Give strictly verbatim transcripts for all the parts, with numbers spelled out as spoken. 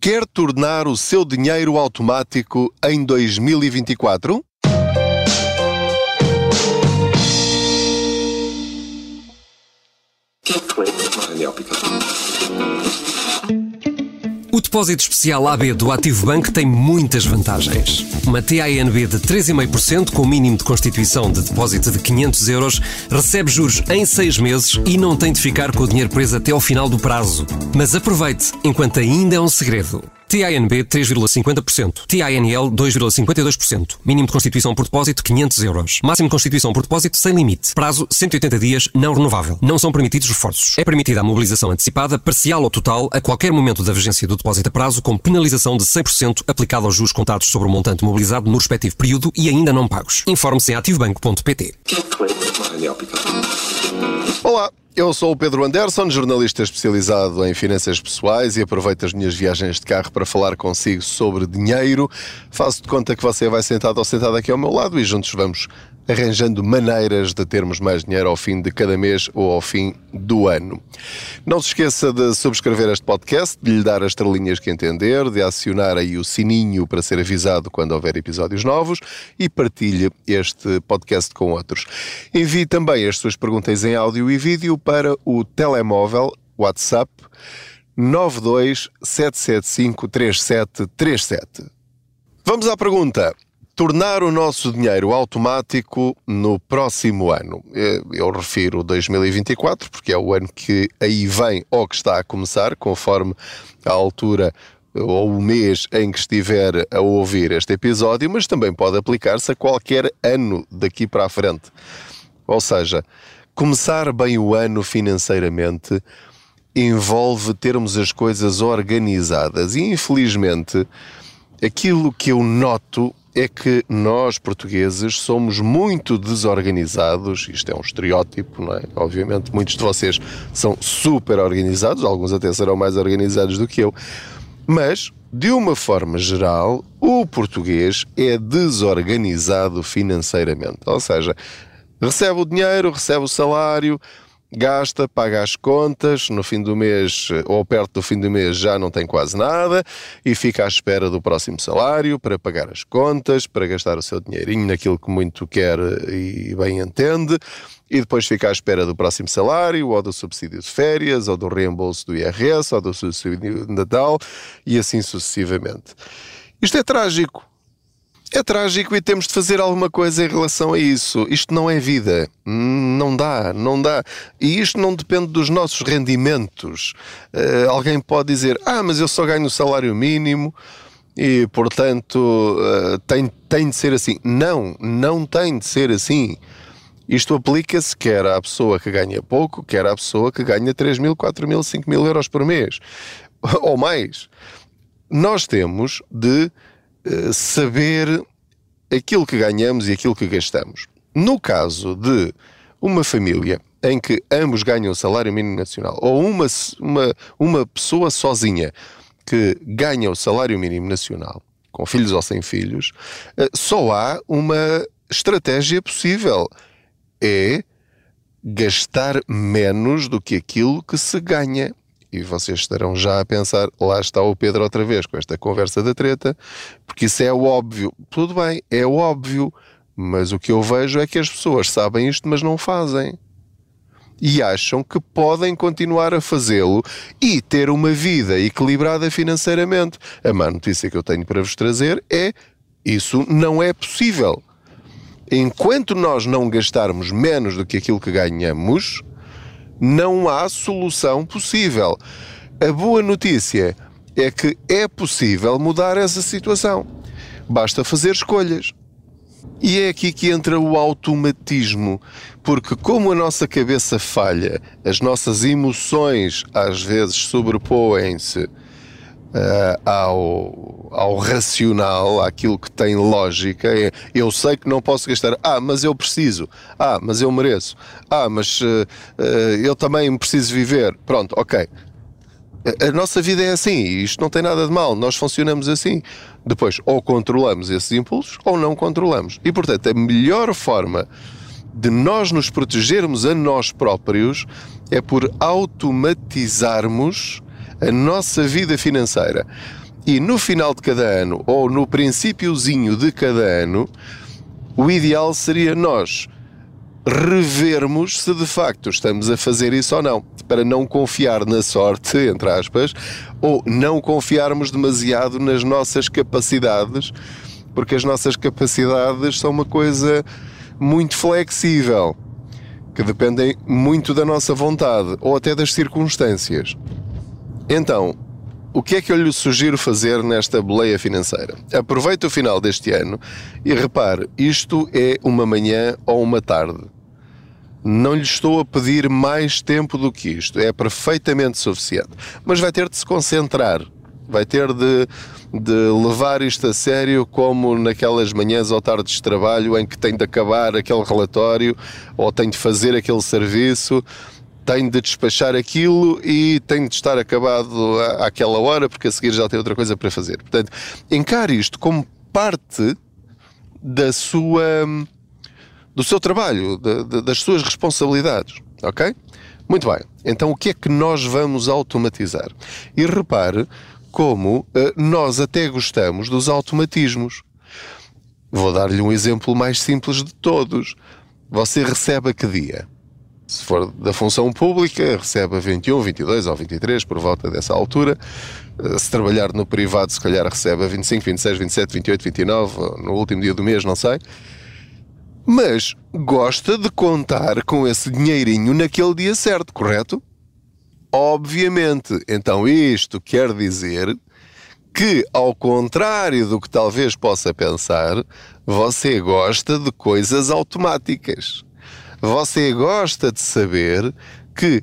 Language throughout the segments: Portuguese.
Quer tornar o seu dinheiro automático em dois mil e vinte e quatro? O depósito especial A B do Ativo Bank tem muitas vantagens. Uma T A N B de três vírgula cinco por cento com mínimo de constituição de depósito de quinhentos euros, recebe juros em seis meses e não tem de ficar com o dinheiro preso até ao final do prazo. Mas aproveite, enquanto ainda é um segredo. T A N B três vírgula cinquenta por cento, T A N L dois vírgula cinquenta e dois por cento, mínimo de constituição por depósito quinhentos euros, máximo de constituição por depósito sem limite, prazo cento e oitenta dias não renovável, não são permitidos reforços. É permitida a mobilização antecipada, parcial ou total, a qualquer momento da vigência do depósito a prazo, com penalização de cem por cento aplicada aos juros contados sobre o montante mobilizado no respectivo período e ainda não pagos. Informe-se em ativo banco ponto pt. Olá, eu sou o Pedro Anderson, jornalista especializado em finanças pessoais e aproveito as minhas viagens de carro para falar consigo sobre dinheiro. Faço de conta que você vai sentado ou sentado aqui ao meu lado e juntos vamos arranjando maneiras de termos mais dinheiro ao fim de cada mês ou ao fim do ano. Não se esqueça de subscrever este podcast, de lhe dar as estrelinhas que entender, de acionar aí o sininho para ser avisado quando houver episódios novos e partilhe este podcast com outros. Envie também as suas perguntas em áudio e vídeo para o telemóvel WhatsApp nove dois sete sete cinco três sete três sete. Vamos à pergunta. Tornar o nosso dinheiro automático no próximo ano. Eu refiro dois mil e vinte e quatro, porque é o ano que aí vem ou que está a começar, conforme a altura ou o mês em que estiver a ouvir este episódio, mas também pode aplicar-se a qualquer ano daqui para a frente. Ou seja, começar bem o ano financeiramente envolve termos as coisas organizadas e, infelizmente, aquilo que eu noto é que nós, portugueses, somos muito desorganizados. Isto é um estereótipo, não é? Obviamente, muitos de vocês são super organizados, alguns até serão mais organizados do que eu. Mas, de uma forma geral, o português é desorganizado financeiramente. Ou seja, recebe o dinheiro, recebe o salário, gasta, paga as contas, no fim do mês ou perto do fim do mês já não tem quase nada e fica à espera do próximo salário para pagar as contas, para gastar o seu dinheirinho naquilo que muito quer e bem entende, e depois fica à espera do próximo salário ou do subsídio de férias ou do reembolso do I R S ou do subsídio de Natal e assim sucessivamente. Isto é trágico. É trágico e temos de fazer alguma coisa em relação a isso. Isto não é vida. Não dá, não dá. E isto não depende dos nossos rendimentos. Uh, alguém pode dizer, ah, mas eu só ganho o salário mínimo e, portanto, uh, tem, tem de ser assim. Não, não tem de ser assim. Isto aplica-se quer à pessoa que ganha pouco, quer à pessoa que ganha três mil, quatro mil, cinco mil euros por mês. Ou mais. Nós temos de saber aquilo que ganhamos e aquilo que gastamos. No caso de uma família em que ambos ganham o salário mínimo nacional ou uma, uma, uma pessoa sozinha que ganha o salário mínimo nacional, com filhos ou sem filhos, só há uma estratégia possível. É gastar menos do que aquilo que se ganha. E vocês estarão já a pensar, lá está o Pedro outra vez com esta conversa da treta, porque isso é o óbvio. Tudo bem, é o óbvio, mas o que eu vejo é que as pessoas sabem isto, mas não fazem. E acham que podem continuar a fazê-lo e ter uma vida equilibrada financeiramente. A má notícia que eu tenho para vos trazer é, isso não é possível. Enquanto nós não gastarmos menos do que aquilo que ganhamos, não há solução possível. A boa notícia é que é possível mudar essa situação. Basta fazer escolhas. E é aqui que entra o automatismo, porque como a nossa cabeça falha, as nossas emoções às vezes sobrepõem-se Uh, ao, ao racional, àquilo que tem lógica. É, eu sei que não posso gastar, ah, mas eu preciso, ah, mas eu mereço, ah, mas uh, uh, eu também preciso viver. Pronto, ok. A, a nossa vida é assim, e isto não tem nada de mal, nós funcionamos assim. Depois, ou controlamos esses impulsos, ou não controlamos. E, portanto, a melhor forma de nós nos protegermos a nós próprios é por automatizarmos a nossa vida financeira. E no final de cada ano, ou no princípiozinho de cada ano, o ideal seria nós revermos se de facto estamos a fazer isso ou não, para não confiar na sorte, entre aspas, ou não confiarmos demasiado nas nossas capacidades, porque as nossas capacidades são uma coisa muito flexível, que dependem muito da nossa vontade, ou até das circunstâncias. Então, o que é que eu lhe sugiro fazer nesta boleia financeira? Aproveite o final deste ano e repare, isto é uma manhã ou uma tarde. Não lhe estou a pedir mais tempo do que isto, é perfeitamente suficiente. Mas vai ter de se concentrar, vai ter de, de levar isto a sério, como naquelas manhãs ou tardes de trabalho em que tem de acabar aquele relatório ou tem de fazer aquele serviço, tem de despachar aquilo e tem de estar acabado à, àquela hora, porque a seguir já tem outra coisa para fazer. Portanto, encare isto como parte da sua, do seu trabalho, de, de, das suas responsabilidades, ok? Muito bem, então o que é que nós vamos automatizar? E repare como uh, nós até gostamos dos automatismos. Vou dar-lhe um exemplo mais simples de todos. Você recebe a que dia? Se for da função pública, recebe a vinte e um, vinte e dois ou vinte e três, por volta dessa altura. Se trabalhar no privado, se calhar recebe a vinte e cinco, vinte e seis, vinte e sete, vinte e oito, vinte e nove, no último dia do mês, não sei. Mas gosta de contar com esse dinheirinho naquele dia certo, correto? Obviamente. Então isto quer dizer que, ao contrário do que talvez possa pensar, você gosta de coisas automáticas. Você gosta de saber que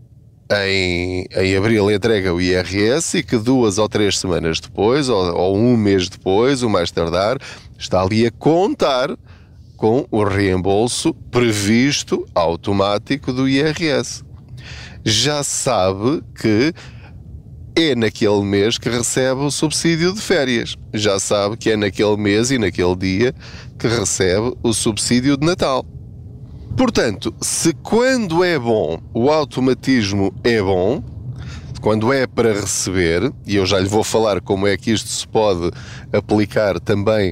em, em abril entrega o I R S e que duas ou três semanas depois, ou, ou um mês depois, o mais tardar, está ali a contar com o reembolso previsto automático do I R S. Já sabe que é naquele mês que recebe o subsídio de férias. Já sabe que é naquele mês e naquele dia que recebe o subsídio de Natal. Portanto, se quando é bom o automatismo é bom, quando é para receber, e eu já lhe vou falar como é que isto se pode aplicar também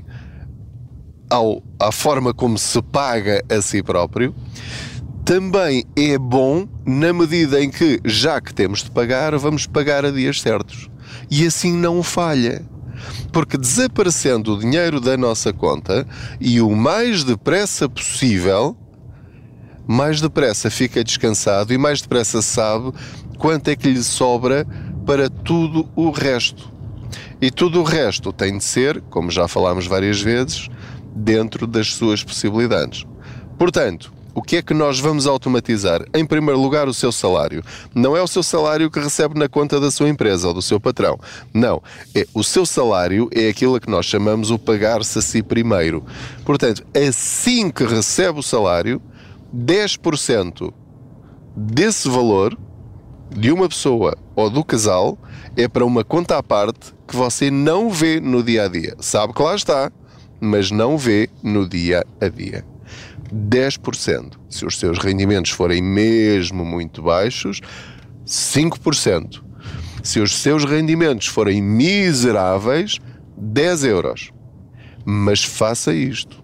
ao, à forma como se paga a si próprio, também é bom na medida em que, já que temos de pagar, vamos pagar a dias certos. E assim não falha. Porque desaparecendo o dinheiro da nossa conta, e o mais depressa possível, mais depressa fica descansado e mais depressa sabe quanto é que lhe sobra para tudo o resto. E tudo o resto tem de ser, como já falámos várias vezes, dentro das suas possibilidades. Portanto, o que é que nós vamos automatizar? Em primeiro lugar, o seu salário. Não é o seu salário que recebe na conta da sua empresa ou do seu patrão. Não. É, o seu salário é aquilo que nós chamamos o pagar-se a si primeiro. Portanto, assim que recebe o salário, dez por cento desse valor de uma pessoa ou do casal é para uma conta à parte que você não vê no dia a dia. Sabe que lá está, mas não vê no dia a dia. dez por cento. Se os seus rendimentos forem mesmo muito baixos, cinco por cento. Se os seus rendimentos forem miseráveis, dez euros. Mas faça isto.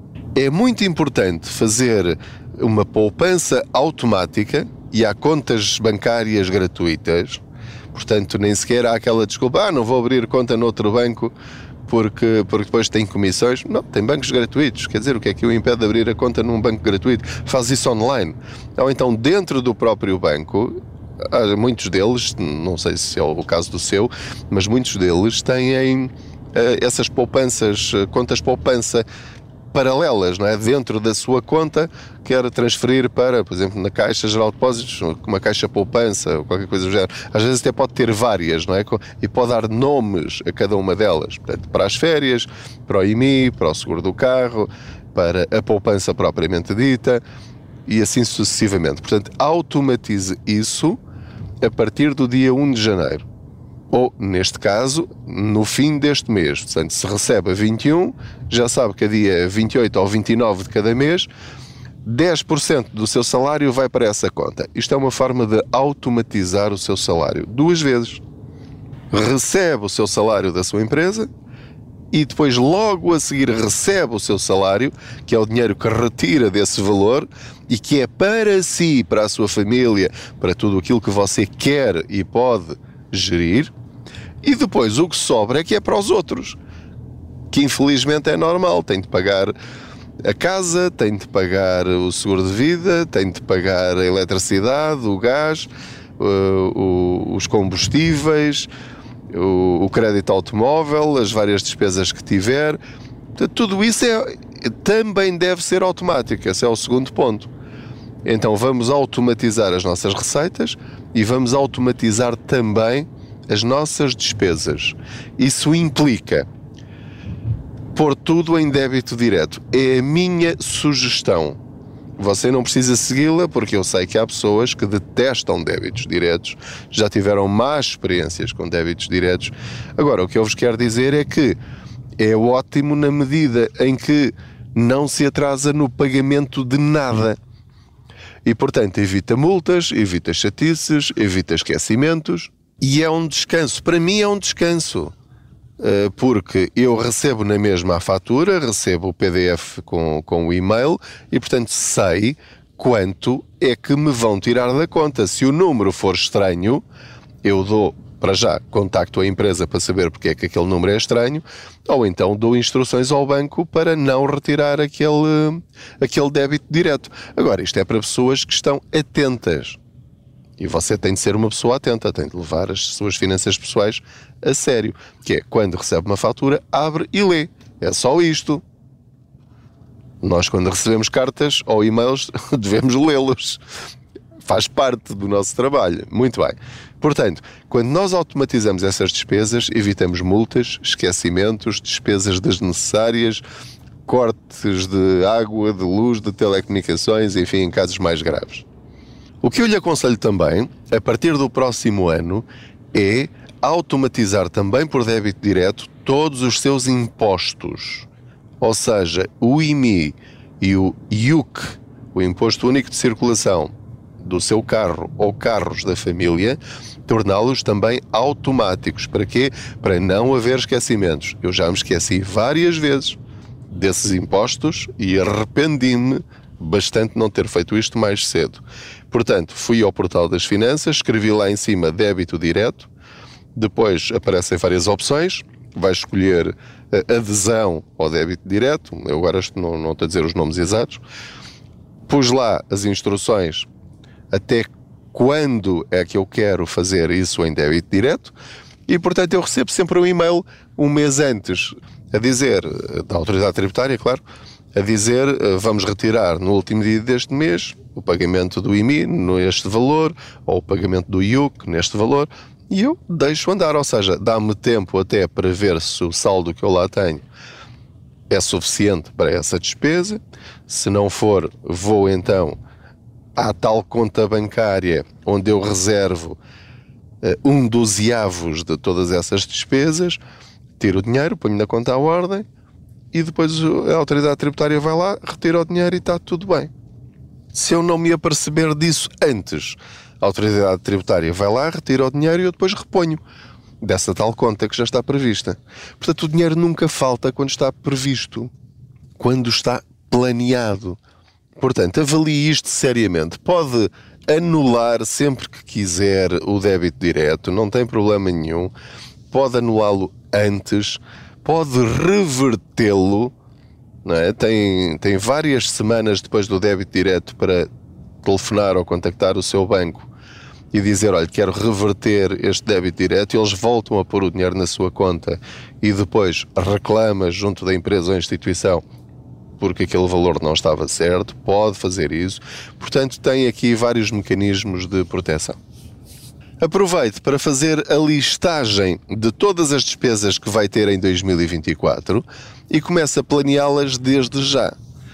É muito importante fazer uma poupança automática, e há contas bancárias gratuitas, portanto nem sequer há aquela desculpa, ah, não vou abrir conta noutro banco porque, porque depois tem comissões. Não, tem bancos gratuitos, quer dizer, o que é que o impede de abrir a conta num banco gratuito? Faz isso online. Ou então dentro do próprio banco, muitos deles, não sei se é o caso do seu, mas muitos deles têm uh, essas poupanças, contas poupança paralelas, não é? Dentro da sua conta, quer transferir para, por exemplo, na Caixa Geral de Depósitos, uma caixa poupança, ou qualquer coisa do género. Às vezes até pode ter várias, não é? E pode dar nomes a cada uma delas. Portanto, para as férias, para o I M I, para o seguro do carro, para a poupança propriamente dita, e assim sucessivamente. Portanto, automatize isso a partir do dia um de janeiro. Ou, neste caso, no fim deste mês. Portanto, se recebe a vinte e um, já sabe que a dia vinte e oito ou vinte e nove de cada mês, dez por cento do seu salário vai para essa conta. Isto é uma forma de automatizar o seu salário. Duas vezes. recebe o seu salário da sua empresa e depois logo a seguir recebe o seu salário, que é o dinheiro que retira desse valor e que é para si, para a sua família, para tudo aquilo que você quer e pode gerir, e depois o que sobra é que é para os outros, que infelizmente é normal, tem de pagar a casa, tem de pagar o seguro de vida, tem de pagar a eletricidade, o gás, uh, o, os combustíveis, o, o crédito automóvel, as várias despesas que tiver. Tudo isso é, também deve ser automático. Esse é o segundo ponto. Então vamos automatizar as nossas receitas e vamos automatizar também as nossas despesas. Isso implica pôr tudo em débito direto. É a minha sugestão. Você não precisa segui-la, porque eu sei que há pessoas que detestam débitos diretos, já tiveram más experiências com débitos diretos. Agora, o que eu vos quero dizer é que é ótimo na medida em que não se atrasa no pagamento de nada. E, portanto, evita multas, evita chatices, evita esquecimentos. E é um descanso. Para mim é um descanso. Porque eu recebo na mesma a fatura, recebo o P D F com, com o e-mail e, portanto, sei quanto é que me vão tirar da conta. Se o número for estranho, eu dou, para já, contacto a empresa para saber porque é que aquele número é estranho, ou então dou instruções ao banco para não retirar aquele, aquele débito direto. Agora, isto é para pessoas que estão atentas. E você tem de ser uma pessoa atenta, tem de levar as suas finanças pessoais a sério. Que é, quando recebe uma fatura, abre e lê. É só isto. Nós, quando recebemos cartas ou e-mails, devemos lê-los. Faz parte do nosso trabalho. Muito bem. Portanto, quando nós automatizamos essas despesas, evitamos multas, esquecimentos, despesas desnecessárias, cortes de água, de luz, de telecomunicações, enfim, em casos mais graves. O que eu lhe aconselho também, a partir do próximo ano, é automatizar também por débito direto todos os seus impostos. Ou seja, o I M I e o I U C, o Imposto Único de Circulação, do seu carro ou carros da família, torná-los também automáticos. Para quê? Para não haver esquecimentos. Eu já me esqueci várias vezes desses impostos e arrependi-me bastante não ter feito isto mais cedo. Portanto, fui ao portal das finanças, escrevi lá em cima débito direto, depois aparecem várias opções, vai escolher adesão ao débito direto, eu agora não, não estou a dizer os nomes exatos, pus lá as instruções até quando é que eu quero fazer isso em débito direto e, portanto, eu recebo sempre um e-mail um mês antes a dizer, da autoridade tributária, claro, a dizer, vamos retirar no último dia deste mês o pagamento do I M I neste valor, ou o pagamento do I U C neste valor, e eu deixo andar, ou seja, dá-me tempo até para ver se o saldo que eu lá tenho é suficiente para essa despesa. Se não for, vou então à tal conta bancária onde eu reservo uh, um dozeavos de todas essas despesas, tiro o dinheiro, ponho na conta à ordem, e depois a autoridade tributária vai lá, retira o dinheiro e está tudo bem. Se eu não me aperceber disso antes, a autoridade tributária vai lá, retira o dinheiro e eu depois reponho dessa tal conta que já está prevista. Portanto, o dinheiro nunca falta quando está previsto, quando está planeado. Portanto, avalie isto seriamente. Pode anular sempre que quiser o débito direto, não tem problema nenhum. Pode anulá-lo antes, pode revertê-lo, não é? Tem, tem várias semanas depois do débito direto para telefonar ou contactar o seu banco e dizer, olha, quero reverter este débito direto, e eles voltam a pôr o dinheiro na sua conta e depois reclama junto da empresa ou instituição porque aquele valor não estava certo, pode fazer isso. Portanto, tem aqui vários mecanismos de proteção. Aproveite para fazer a listagem de todas as despesas que vai ter em dois mil e vinte e quatro e comece a planeá-las desde já.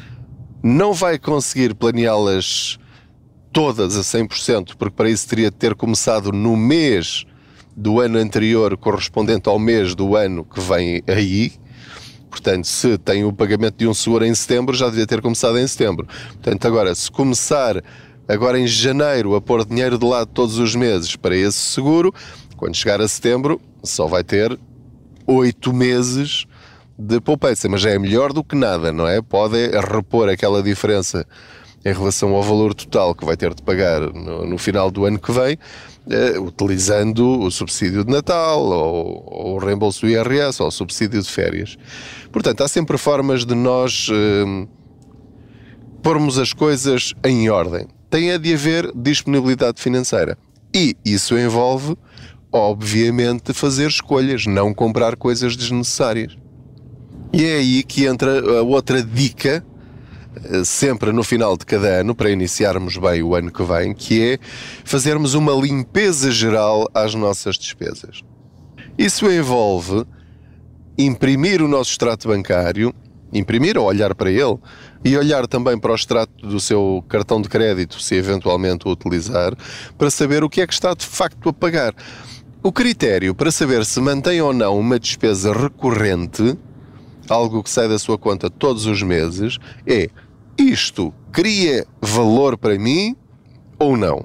Não vai conseguir planeá-las todas a cem por cento, porque para isso teria de ter começado no mês do ano anterior, correspondente ao mês do ano que vem aí. Portanto, se tem o pagamento de um seguro em setembro, já devia ter começado em setembro. Portanto, agora, se começar agora em janeiro a pôr dinheiro de lado todos os meses para esse seguro, Quando chegar a setembro, só vai ter oito meses de poupança, mas já é melhor do que nada, não é? Pode repor aquela diferença em relação ao valor total que vai ter de pagar no, no final do ano que vem, eh, utilizando o subsídio de Natal, ou, ou o reembolso do I R S, ou o subsídio de férias. Portanto, há sempre formas de nós eh, pormos as coisas em ordem. Tem a de haver disponibilidade financeira. E isso envolve, obviamente, fazer escolhas, não comprar coisas desnecessárias. E é aí que entra a outra dica, sempre no final de cada ano, para iniciarmos bem o ano que vem, que é fazermos uma limpeza geral às nossas despesas. Isso envolve imprimir o nosso extrato bancário, imprimir ou olhar para ele, e olhar também para o extrato do seu cartão de crédito, se eventualmente o utilizar, para saber o que é que está de facto a pagar. O critério para saber se mantém ou não uma despesa recorrente, algo que sai da sua conta todos os meses, é: isto cria valor para mim ou não?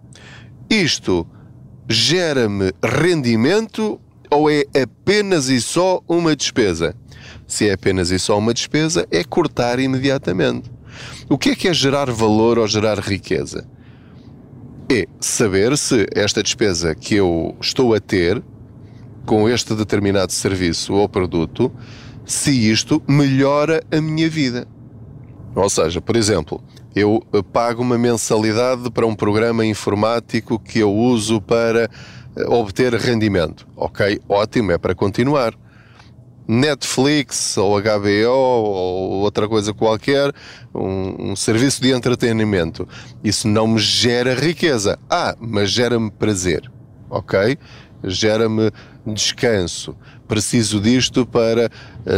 Isto gera-me rendimento ou é apenas e só uma despesa? Se é apenas e só uma despesa, é cortar imediatamente. O que é que é gerar valor ou gerar riqueza? É saber se esta despesa que eu estou a ter com este determinado serviço ou produto, se isto melhora a minha vida. Ou seja, por exemplo, eu pago uma mensalidade para um programa informático que eu uso para obter rendimento. Ok, ótimo, é para continuar. Netflix ou H B O ou outra coisa qualquer, um, um serviço de entretenimento. Isso não me gera riqueza. Ah, mas gera-me prazer. Ok? Gera-me descanso. Preciso disto para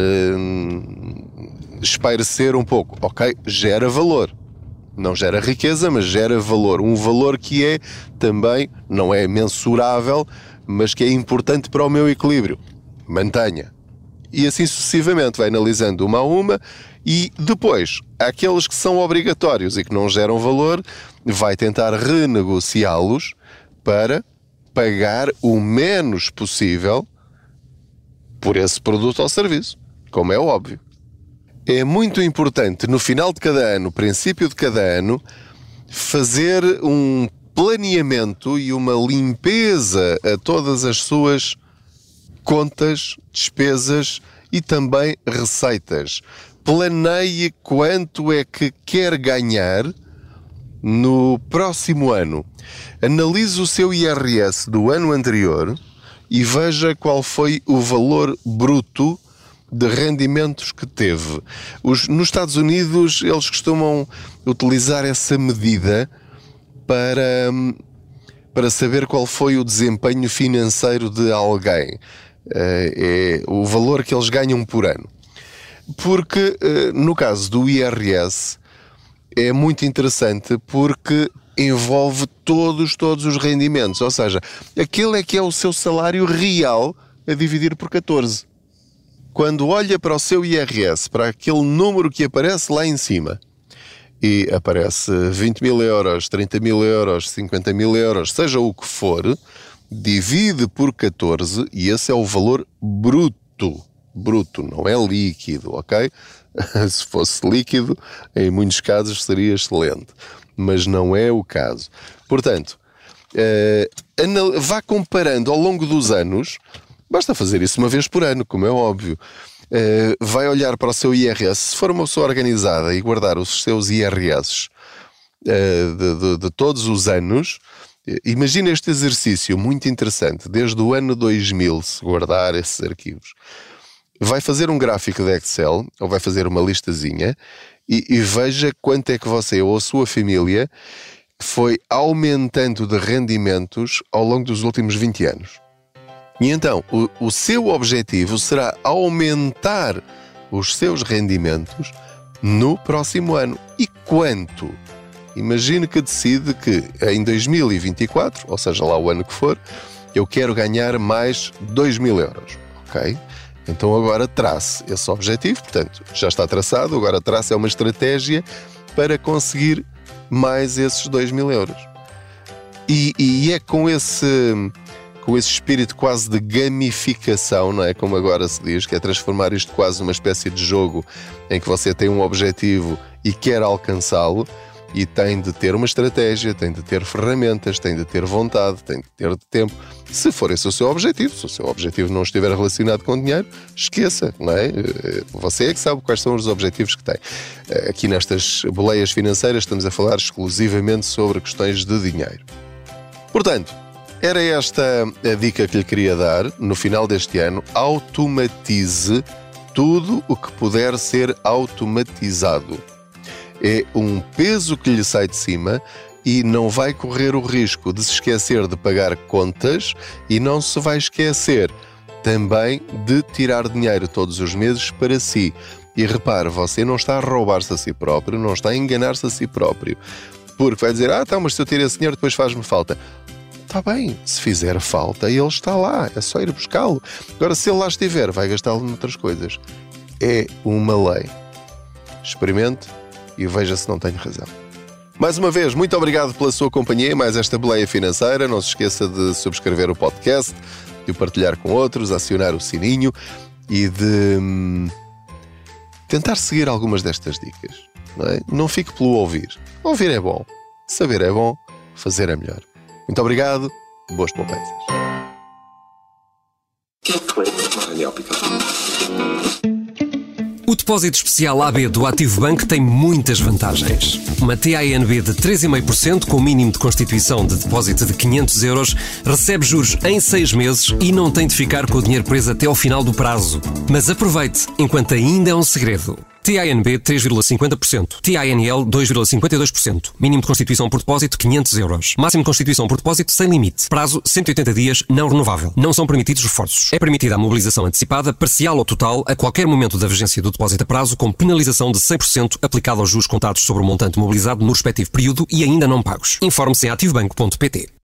uh, espairecer um pouco. Ok? Gera valor. Não gera riqueza, mas gera valor. Um valor que é também, não é mensurável, mas que é importante para o meu equilíbrio. Mantenha. E assim sucessivamente, vai analisando uma a uma, e depois, aqueles que são obrigatórios e que não geram valor, vai tentar renegociá-los para pagar o menos possível por esse produto ou serviço, como é óbvio. É muito importante, no final de cada ano, princípio de cada ano, fazer um planeamento e uma limpeza a todas as suas contas, despesas e também receitas. Planeie quanto é que quer ganhar no próximo ano. Analise o seu I R S do ano anterior e veja qual foi o valor bruto de rendimentos que teve. Os, nos Estados Unidos, eles costumam utilizar essa medida para, para saber qual foi o desempenho financeiro de alguém. É o valor que eles ganham por ano. Porque, no caso do I R S, é muito interessante porque envolve todos, todos os rendimentos. Ou seja, aquele é que é o seu salário real a dividir por catorze. Quando olha para o seu I R S, para aquele número que aparece lá em cima, e aparece vinte mil euros, trinta mil euros, cinquenta mil euros, seja o que for, divide por catorze e esse é o valor bruto. Bruto, não é líquido, ok? Se fosse líquido, em muitos casos seria excelente. Mas não é o caso. Portanto, uh, vá comparando ao longo dos anos. Basta fazer isso uma vez por ano, como é óbvio. Uh, vai olhar para o seu I R S. Se for uma pessoa organizada e guardar os seus I R S uh, de, de, de todos os anos, imagina este exercício muito interessante, desde o ano dois mil, se guardar esses arquivos. Vai fazer um gráfico de Excel, ou vai fazer uma listazinha, e, e veja quanto é que você ou a sua família foi aumentando de rendimentos ao longo dos últimos vinte anos. E então, o, o seu objetivo será aumentar os seus rendimentos no próximo ano. E quanto? Imagine que decide que em dois mil e vinte e quatro, ou seja, lá o ano que for, eu quero ganhar mais dois mil euros. Ok? Então agora trace esse objetivo, portanto, já está traçado, agora trace é uma estratégia para conseguir mais esses dois mil euros. E, e é com esse, com esse espírito quase de gamificação, não é? Como agora se diz, que é transformar isto quase numa espécie de jogo em que você tem um objetivo e quer alcançá-lo, e tem de ter uma estratégia, tem de ter ferramentas, tem de ter vontade, tem de ter tempo. Se for esse o seu objetivo, se o seu objetivo não estiver relacionado com dinheiro, esqueça, não é? Você é que sabe quais são os objetivos que tem. Aqui nestas boleias financeiras estamos a falar exclusivamente sobre questões de dinheiro. Portanto, era esta a dica que lhe queria dar. No final deste ano, automatize tudo o que puder ser automatizado. É um peso que lhe sai de cima e não vai correr o risco de se esquecer de pagar contas e não se vai esquecer também de tirar dinheiro todos os meses para si. E repare, você não está a roubar-se a si próprio, não está a enganar-se a si próprio. Porque vai dizer, ah, tá, mas se eu tirar esse dinheiro depois faz-me falta. Está bem, se fizer falta, ele está lá, é só ir buscá-lo. Agora, se ele lá estiver, vai gastá-lo noutras coisas. É uma lei. Experimente e veja se não tenho razão. Mais uma vez, muito obrigado pela sua companhia, mais esta boleia financeira. Não se esqueça de subscrever o podcast, de o partilhar com outros, acionar o sininho e de hum, tentar seguir algumas destas dicas. Não é? Não fique pelo ouvir. Ouvir é bom, saber é bom, fazer é melhor. Muito obrigado, boas poupanças. O depósito especial A B do Ativo Bank tem muitas vantagens. Uma T A N B de três vírgula cinco por cento com mínimo de constituição de depósito de quinhentos euros, recebe juros em seis meses e não tem de ficar com o dinheiro preso até ao final do prazo. Mas aproveite, enquanto ainda é um segredo. T A N B três vírgula cinquenta por cento, T A N L dois vírgula cinquenta e dois por cento, mínimo de constituição por depósito quinhentos euros, máximo de constituição por depósito sem limite, prazo cento e oitenta dias, não renovável. Não são permitidos reforços. É permitida a mobilização antecipada, parcial ou total, a qualquer momento da vigência do depósito a prazo, com penalização de cem por cento aplicada aos juros contados sobre o montante mobilizado no respectivo período e ainda não pagos. Informe-se em ativo banco ponto pt.